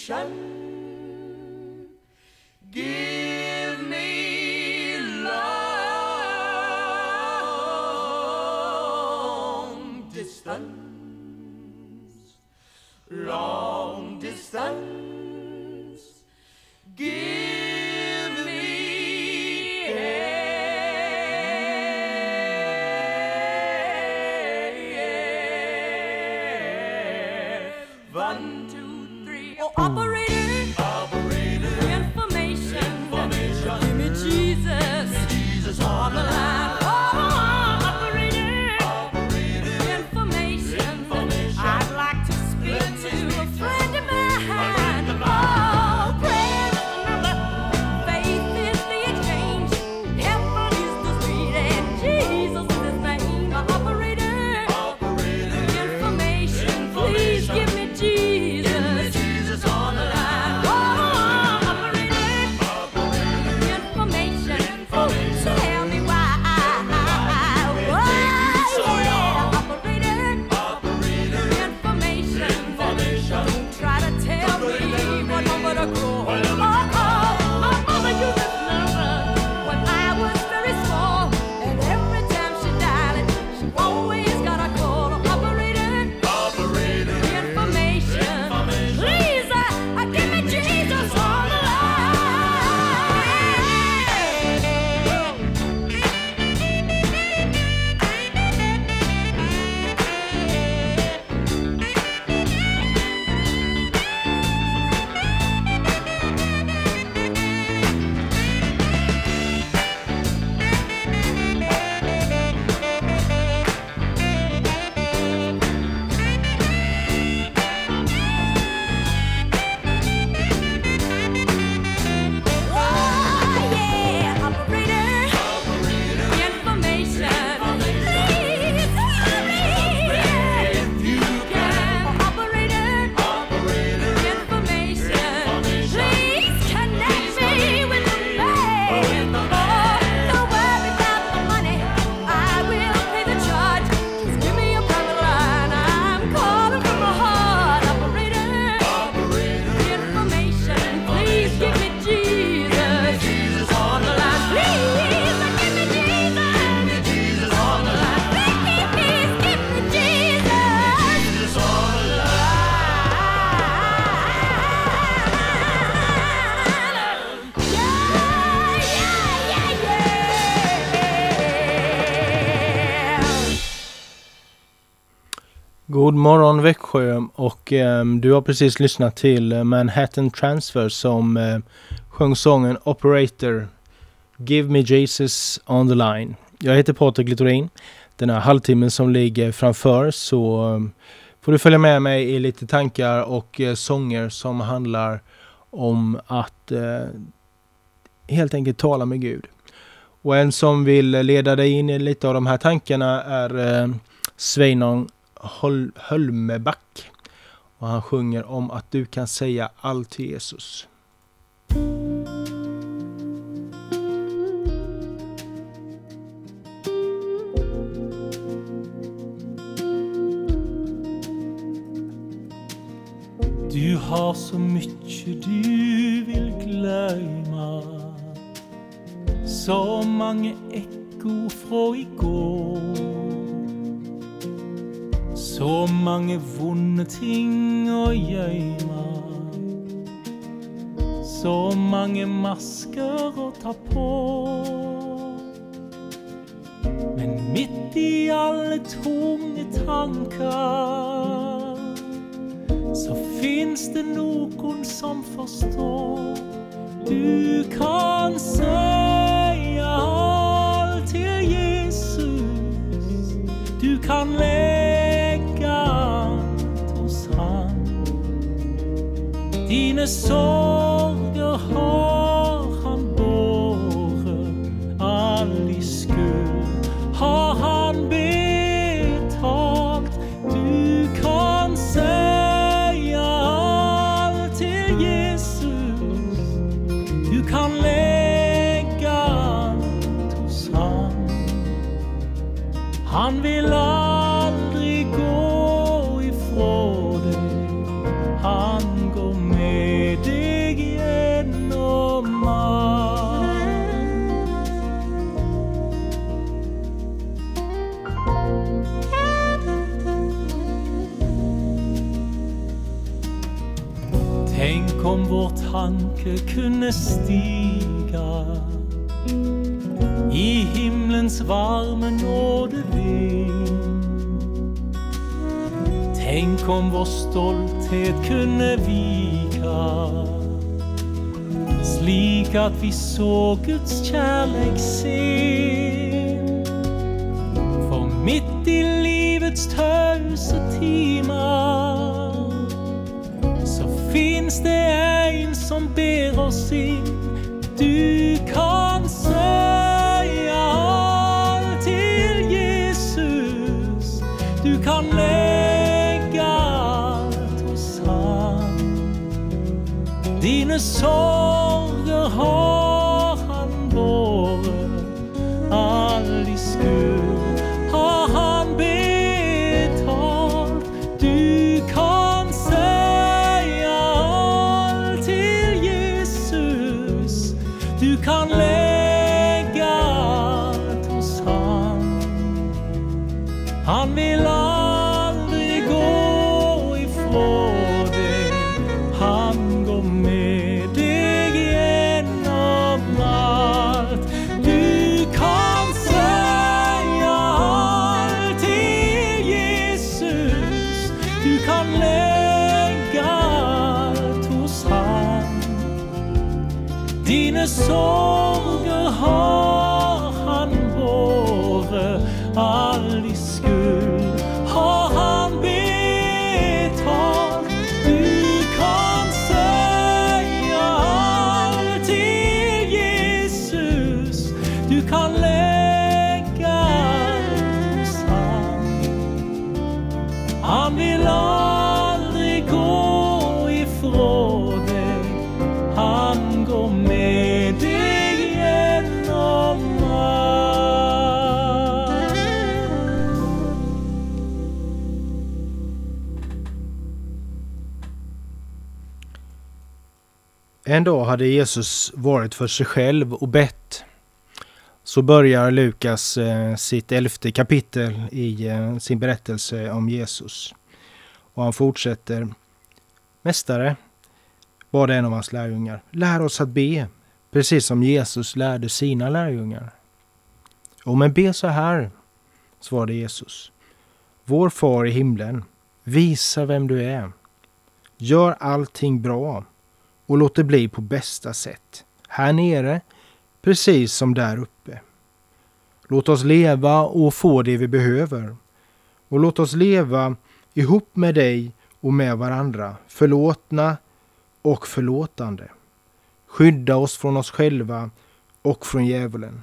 Give me long distance, long distance. Give me one, two, three. Oh, operator. Give me Jesus on the line. Oh, operator. Information. I'd like to speak to a friend of mine. Oh, prayer is the number. Faith is the exchange. Heaven is the street, and Jesus is his name. Operator. Information. Please give me Jesus on the line. God morgon Växjö, och du har precis lyssnat till Manhattan Transfer som sjöng sången Operator, Give Me Jesus on the Line. Jag heter Patrik Littorin. Den här halvtimmen som ligger framför så får du följa med mig i lite tankar och sånger som handlar om att helt enkelt tala med Gud. Och en som vill leda dig in i lite av de här tankarna är Sveinon Hölmeback, och han sjunger om att du kan säga allt till Jesus. Du har så mycket du vill glömma, så många ekko från igår, så många vunna ting att gömma, så många masker att ta på. Men mitt i alla tunga tankar så finns det någon som förstår. Du kan säga allt till Jesus, du kan lägga allt hos han. Dina sorger har han båret, all i skuld har han betalt. Du kan säga allt till Jesus, du kan lägga allt hos han. Han vill aldrig gå ifrån dig, han går med Tänk om vår tanke kunde stiga i himlens varme nådevind. Tänk om vår stolthet kunde vika, slik att vi såg Guds kärlek sen. För mitt i livets töse timmar så finns det en som ber oss in. Du kan säga allt till Jesus, du kan lägga allt hos han. Dina sorger har han båret, all i skuld har han betalt. Du kan säga allt till Jesus, du kan lägga allt hos han. Han vill aldrig gå ifrån dig, han går med dig genom allt. Du kan säga allt till Jesus, du kan lägga allt hos han. Dina sorger har han båret, all i skuld har han betalt. Du kan säga allt till Jesus, du kan lägga allt hos han. Han vill aldrig gå ifrån dig, han går med dig genom allt. En dag hade Jesus varit för sig själv och bett. Så börjar Lukas sitt 11:e kapitel i sin berättelse om Jesus. Och han fortsätter: Mästare, bad en av hans lärjungar, lär oss att be, precis som Jesus lärde sina lärjungar. Och men be så här, svarade Jesus. Vår far i himlen, visa vem du är. Gör allting bra och låt det bli på bästa sätt. Här nere, precis som där uppe. Låt oss leva och få det vi behöver. Och låt oss leva ihop med dig och med varandra, förlåtna och förlåtande. Skydda oss från oss själva och från djävulen.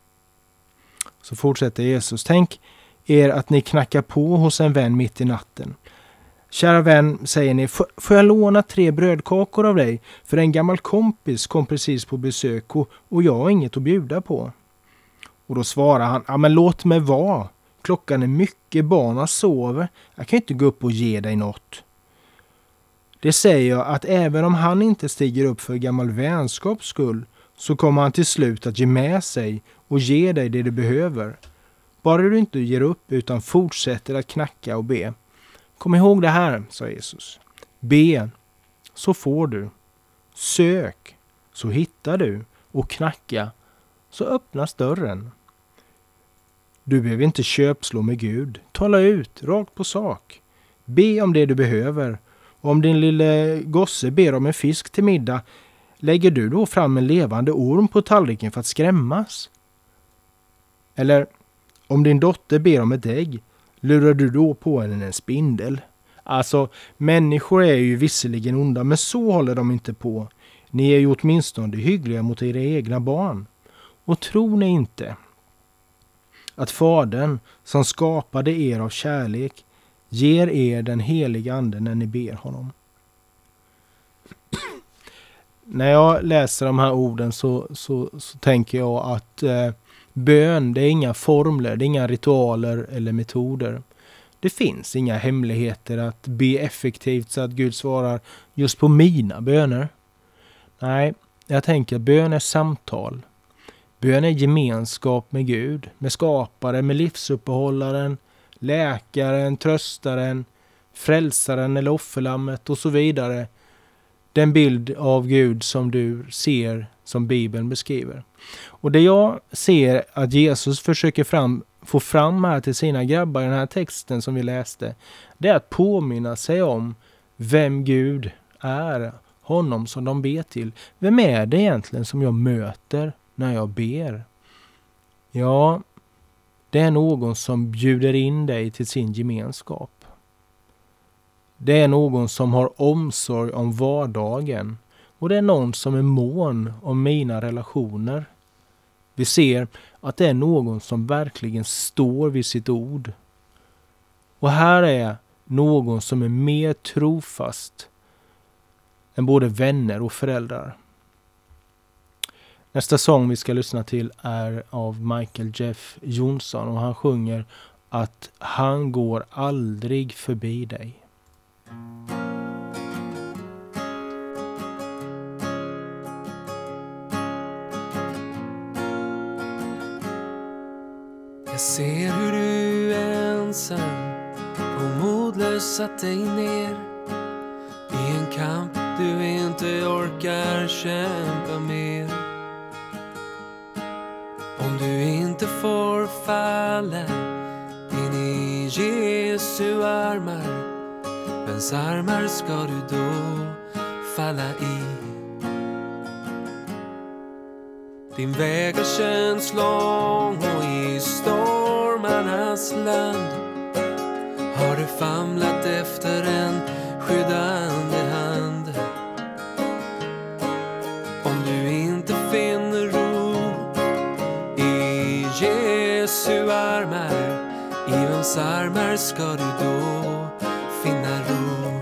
Så fortsätter Jesus. Tänk er att ni knackar på hos en vän mitt i natten. Kära vän, säger ni, får jag låna 3 brödkakor av dig? För en gammal kompis kom precis på besök och jag har inget att bjuda på. Och då svarar han, ja men låt mig vara. Klockan är mycket, barnen sover. Jag kan inte gå upp och ge dig något. Det säger jag att även om han inte stiger upp för gammal vänskaps skull så kommer han till slut att ge med sig och ge dig det du behöver. Bara du inte ger upp utan fortsätter att knacka och be. Kom ihåg det här, sa Jesus. Be, så får du. Sök, så hittar du. Och knacka, så öppnas dörren. Du behöver inte köpslå med Gud. Tala ut, rakt på sak. Be om det du behöver. Och om din lille gosse ber om en fisk till middag, lägger du då fram en levande orm på tallriken för att skrämmas? Eller om din dotter ber om ett ägg, lurar du då på henne en spindel? Alltså, människor är ju visserligen onda, men så håller de inte på. Ni är ju åtminstone hyggliga mot era egna barn. Och tror ni inte att Fadern som skapade er av kärlek ger er den heliga anden när ni ber honom? När jag läser de här orden så tänker jag att bön, det är inga formler, det är inga ritualer eller metoder. Det finns inga hemligheter att be effektivt så att Gud svarar just på mina böner. Nej, jag tänker att bön är samtal. Bön är gemenskap med Gud, med skaparen, med livsuppehållaren, läkaren, tröstaren, frälsaren eller offerlammet och så vidare. den bild av Gud som du ser som Bibeln beskriver. Och det jag ser att Jesus försöker få fram här till sina grabbar i den här texten som vi läste, det är att påminna sig om vem Gud är, honom som de ber till. Vem är det egentligen som jag möter när jag ber? Ja, det är någon som bjuder in dig till sin gemenskap. Det är någon som har omsorg om vardagen. Och det är någon som är mån om mina relationer. Vi ser att det är någon som verkligen står vid sitt ord. Och här är någon som är mer trofast än både vänner och föräldrar. Nästa sång vi ska lyssna till är av Michael Jeff Johnson och han sjunger att han går aldrig förbi dig. Jag ser hur du ensam och modlös satt dig ner i en kamp du inte orkar kämpa mer. Om du inte får falla in i Jesu armar, vems armar ska du då falla i? Din väg har känts lång och i stormarnas land har du famlat efter en skyddande hand. Om du inte finner ro i Jesu armar, i vems armar ska du då finna ro?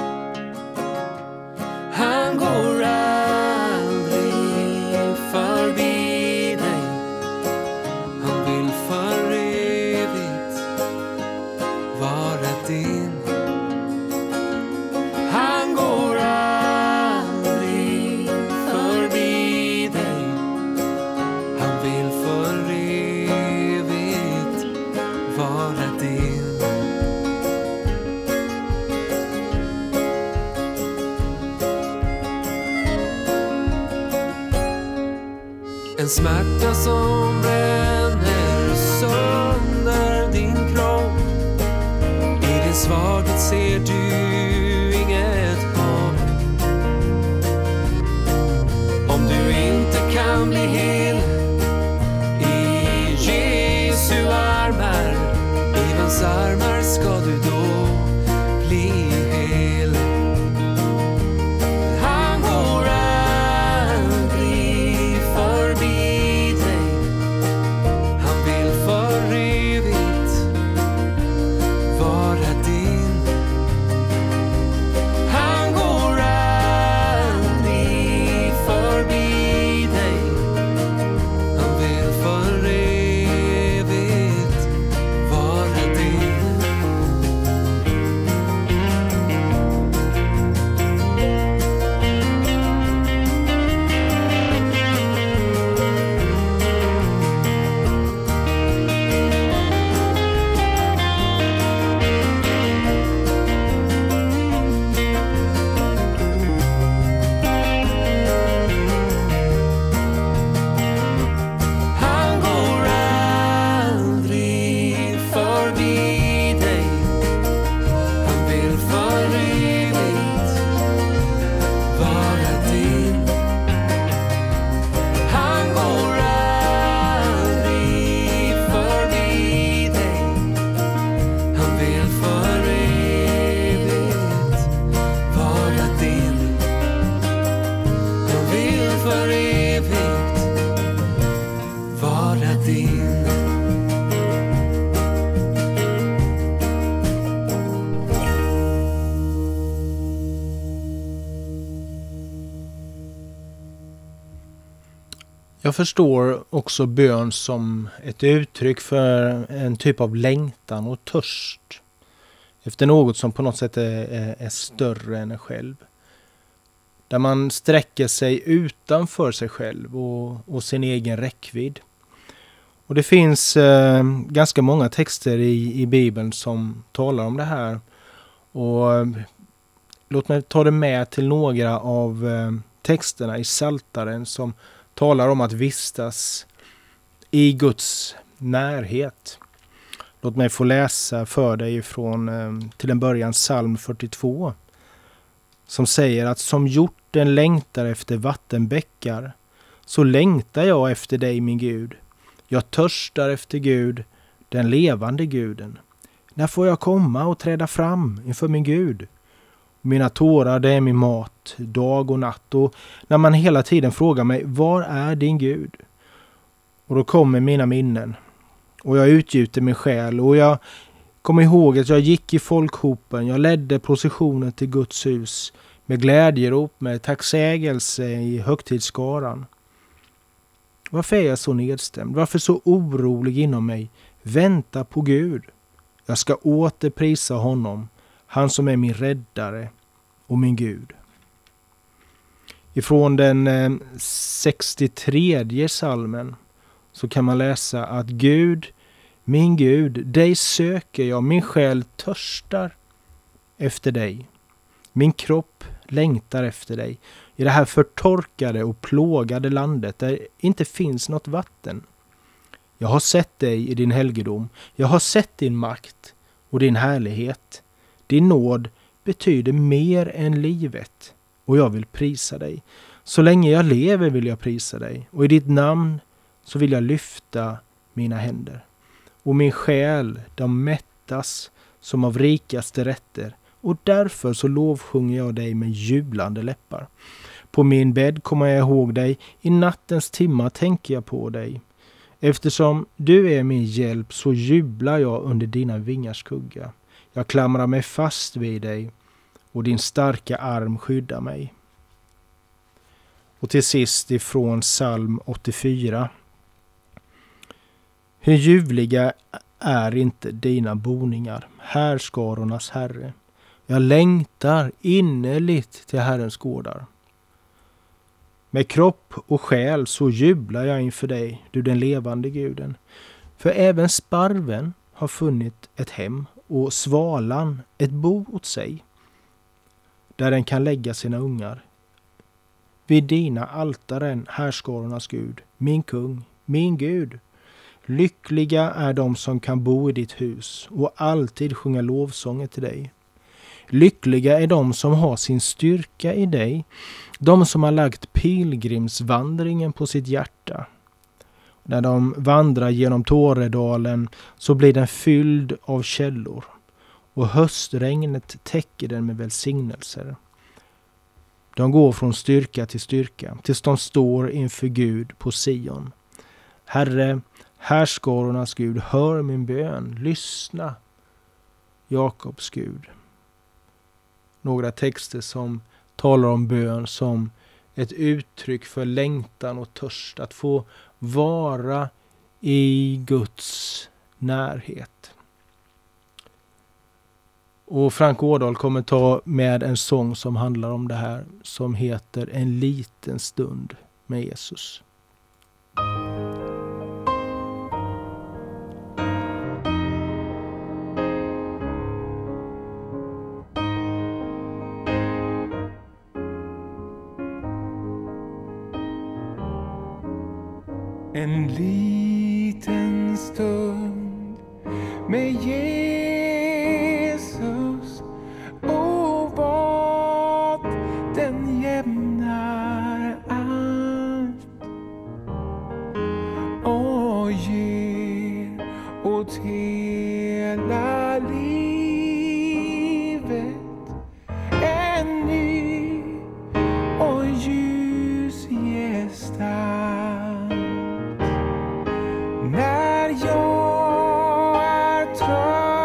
Han går aldrig förbi dig, han vill för evigt vara din. Han går aldrig förbi dig, han vill för evigt vara din. En smärta som bränner sönder din kropp, i din svaghet ser du inget hopp. Om du inte kan bli hel i Jesu armar, i vems armar ska du då bli hel? Han går aldrig förbi dig, han vill för evigt vara din. Han går aldrig förbi dig, han vill för evigt vara din. Han går aldrig förbi dig, han vill för evigt vara din. Han går aldrig förbi dig, han vill för evigt vara din. Han vill för evigt vara din. Jag förstår också bön som ett uttryck för en typ av längtan och törst efter något som på något sätt är större än en själv. Där man sträcker sig utanför sig själv och sin egen räckvidd. Och det finns ganska många texter i Bibeln som talar om det här. Och låt mig ta det med till några av texterna i Psaltaren som talar om att vistas i Guds närhet. Låt mig få läsa för dig från till en början psalm 42 som säger att som hjorten längtar efter vattenbäckar så längtar jag efter dig min Gud. Jag törstar efter Gud, den levande guden. När får jag komma och träda fram inför min Gud? Mina tårar det är min mat, dag och natt. Och när man hela tiden frågar mig, var är din Gud? Och då kommer mina minnen. Och jag utgjuter min själ. Och jag kommer ihåg att jag gick i folkhopen. Jag ledde processionen till Guds hus. Med glädjerop, med tacksägelse i högtidsskaran. Varför är jag så nedstämd? Varför så orolig inom mig? Vänta på Gud. Jag ska åter prisa honom. Han som är min räddare och min Gud. Ifrån den 63:e psalmen så kan man läsa att Gud, min Gud, dig söker jag. Min själ törstar efter dig. Min kropp längtar efter dig. I det här förtorkade och plågade landet där inte finns något vatten. Jag har sett dig i din helgedom. Jag har sett din makt och din härlighet. Din nåd betyder mer än livet och jag vill prisa dig. Så länge jag lever vill jag prisa dig och i ditt namn så vill jag lyfta mina händer. Och min själ, de mättas som av rikaste rätter och därför så lovsjunger jag dig med jublande läppar. På min bädd kommer jag ihåg dig, i nattens timmar tänker jag på dig. Eftersom du är min hjälp så jublar jag under dina vingars skugga. Jag klamrar mig fast vid dig och din starka arm skyddar mig. Och till sist ifrån psalm 84. Hur ljuvliga är inte dina boningar, härskarornas Herre. Jag längtar innerligt till Herrens gårdar. Med kropp och själ så jublar jag inför dig, du den levande guden. För även sparven har funnit ett hem och svalan ett bo åt sig, där den kan lägga sina ungar. Vid dina altaren, härskarornas Gud, min kung, min Gud. Lyckliga är de som kan bo i ditt hus och alltid sjunga lovsånger till dig. Lyckliga är de som har sin styrka i dig, de som har lagt pilgrimsvandringen på sitt hjärta. När de vandrar genom Tåredalen så blir den fylld av källor och höstregnet täcker den med välsignelser. De går från styrka till styrka tills de står inför Gud på Sion. Herre, härskarornas Gud, hör min bön, lyssna, Jakobs Gud. Några texter som talar om bön som ett uttryck för längtan och törst att få vara i Guds närhet. Och Frank Ådahl kommer ta med en sång som handlar om det här som heter En liten stund med Jesus. En liten stund med Jesus, och vad den jämnar allt och ger åt hela livet en ny och ljus gestalt. När jag är trött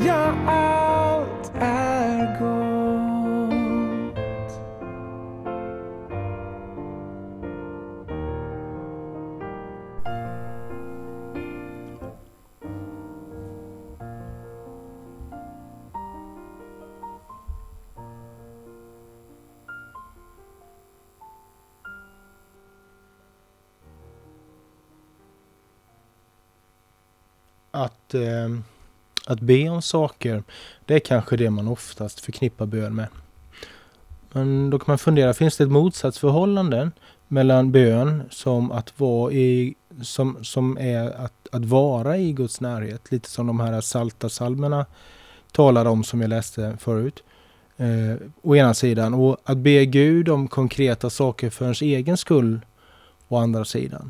ja allt är gott. Att be om saker, det är kanske det man oftast förknippar bön med. Men då kan man fundera, finns det ett motsatsförhållande mellan bön som att vara i, som är att vara i Guds närhet, lite som de här salta psalmerna talar om som jag läste förut, å ena sidan, och att be Gud om konkreta saker för ens egen skull å andra sidan.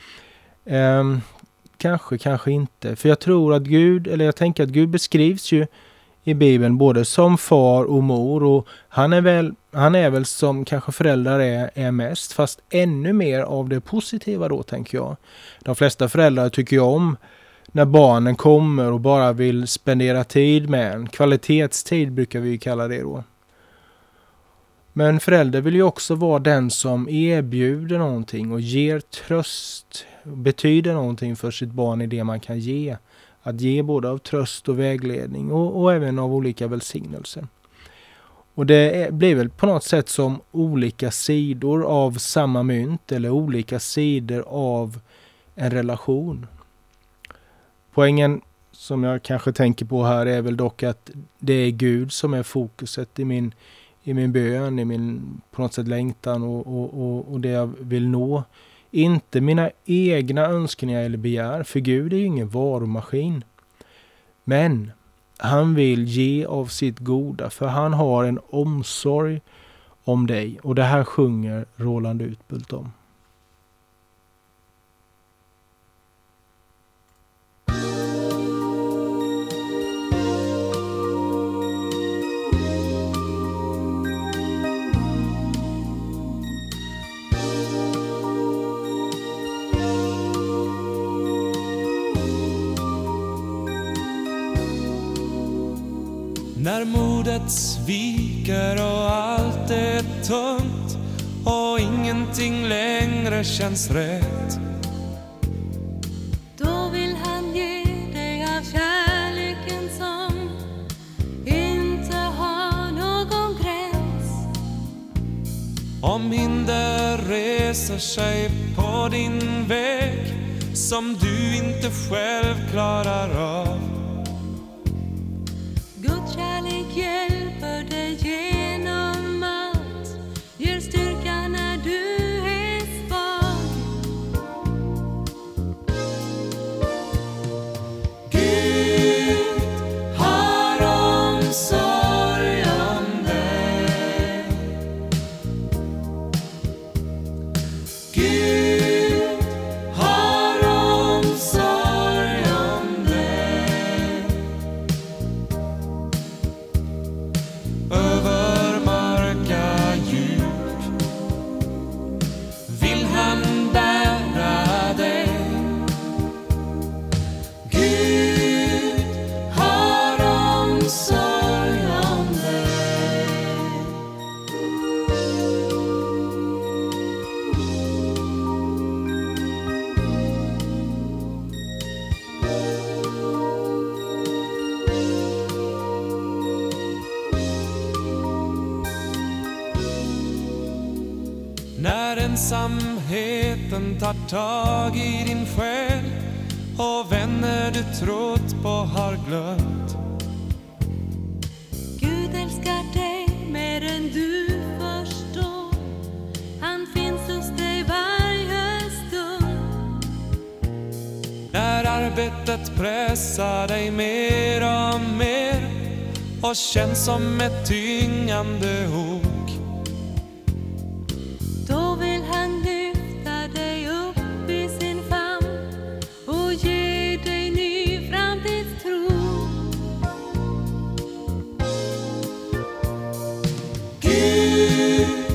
Kanske inte. För jag tror att jag tänker att Gud beskrivs ju i Bibeln både som far och mor, och han är väl som kanske föräldrar är mest, fast ännu mer av det positiva då, tänker jag. De flesta föräldrar tycker jag om när barnen kommer och bara vill spendera tid med en. Kvalitetstid brukar vi kalla det då. Men förälder vill ju också vara den som erbjuder någonting och ger tröst, betyder någonting för sitt barn i det man kan ge. Att ge både av tröst och vägledning och även av olika välsignelser. Och det blir väl på något sätt som olika sidor av samma mynt eller olika sidor av en relation. Poängen som jag kanske tänker på här är väl dock att det är Gud som är fokuset i min bön, i min på något sätt längtan och det jag vill nå. Inte mina egna önskningar eller begär, för Gud är ju ingen varumaskin. Men han vill ge av sitt goda, för han har en omsorg om dig. Och det här sjunger Roland Utbult om. När modet sviker och allt är tungt och ingenting längre känns rätt, Då vill han ge dig av kärleken som inte har någon gräns. om hinder reser sig på din väg som du inte själv klarar av. Guds kärlek hjälper dig genom allt, ger styrka när du är svag. Gud har omsorg om dig. Gud har omsorg om dig. Över mörka djup vill han bära dig. Gud har omsorg om dig. När ensamheten tar tag i din själ och vänner du trott på har glömt, Gud älskar dig mer än du förstår. Han finns hos dig varje stund. när arbetet pressar dig mer och mer och känns som ett tyngande ok, Då vill han lyfta dig upp i sin famn och ge dig ny framtidstro. Gud